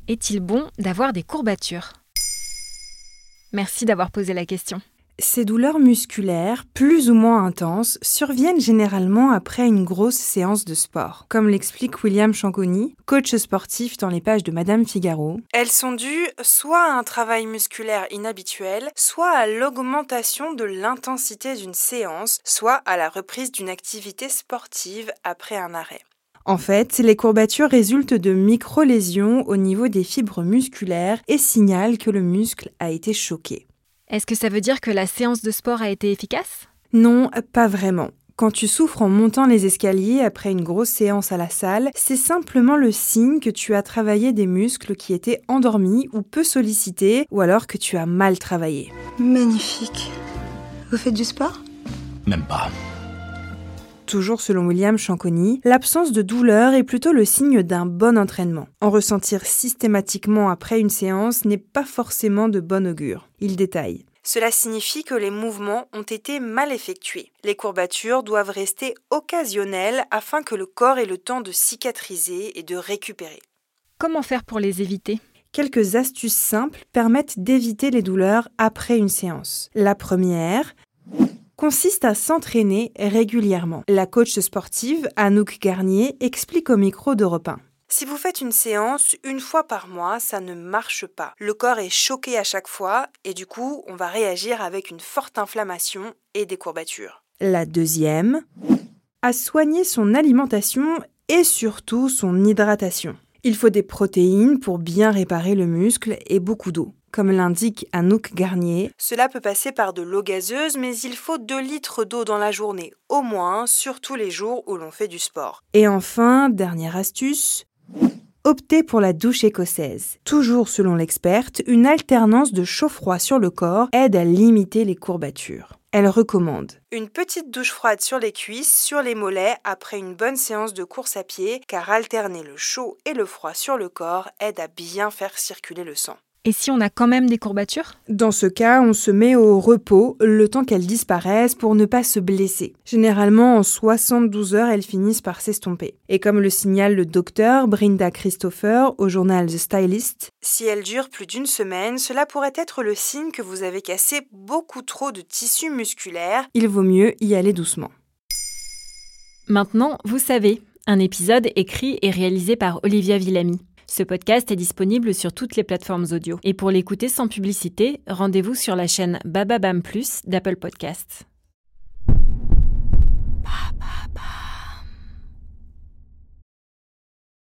Est-il bon d'avoir des courbatures ? Merci d'avoir posé la question. Ces douleurs musculaires, plus ou moins intenses, surviennent généralement après une grosse séance de sport. Comme l'explique William Chanconi, coach sportif dans les pages de Madame Figaro, elles sont dues soit à un travail musculaire inhabituel, soit à l'augmentation de l'intensité d'une séance, soit à la reprise d'une activité sportive après un arrêt. En fait, les courbatures résultent de micro-lésions au niveau des fibres musculaires et signalent que le muscle a été choqué. Est-ce que ça veut dire que la séance de sport a été efficace ? Non, pas vraiment. Quand tu souffres en montant les escaliers après une grosse séance à la salle, c'est simplement le signe que tu as travaillé des muscles qui étaient endormis ou peu sollicités, ou alors que tu as mal travaillé. Magnifique. Vous faites du sport ? Même pas. Toujours selon William Chanconi, l'absence de douleur est plutôt le signe d'un bon entraînement. En ressentir systématiquement après une séance n'est pas forcément de bon augure. Il détaille. Cela signifie que les mouvements ont été mal effectués. Les courbatures doivent rester occasionnelles afin que le corps ait le temps de cicatriser et de récupérer. Comment faire pour les éviter ? Quelques astuces simples permettent d'éviter les douleurs après une séance. La première consiste à s'entraîner régulièrement. La coach sportive Anouk Garnier explique au micro d'Europe 1. Si vous faites une séance une fois par mois, ça ne marche pas. Le corps est choqué à chaque fois et du coup, on va réagir avec une forte inflammation et des courbatures. La deuxième, à soigner son alimentation et surtout son hydratation. Il faut des protéines pour bien réparer le muscle et beaucoup d'eau. Comme l'indique Anouk Garnier, cela peut passer par de l'eau gazeuse, mais il faut 2 litres d'eau dans la journée, au moins, surtout les jours où l'on fait du sport. Et enfin, dernière astuce, optez pour la douche écossaise. Toujours selon l'experte, une alternance de chaud-froid sur le corps aide à limiter les courbatures. Elle recommande une petite douche froide sur les cuisses, sur les mollets après une bonne séance de course à pied, car alterner le chaud et le froid sur le corps aide à bien faire circuler le sang. Et si on a quand même des courbatures ? Dans ce cas, on se met au repos le temps qu'elles disparaissent pour ne pas se blesser. Généralement, en 72 heures, elles finissent par s'estomper. Et comme le signale le docteur Brinda Christopher au journal The Stylist, si elles durent plus d'1 semaine, cela pourrait être le signe que vous avez cassé beaucoup trop de tissu musculaire. Il vaut mieux y aller doucement. Maintenant, vous savez, un épisode écrit et réalisé par Olivia Villamy. Ce podcast est disponible sur toutes les plateformes audio. Et pour l'écouter sans publicité, rendez-vous sur la chaîne Bababam Plus d'Apple Podcasts.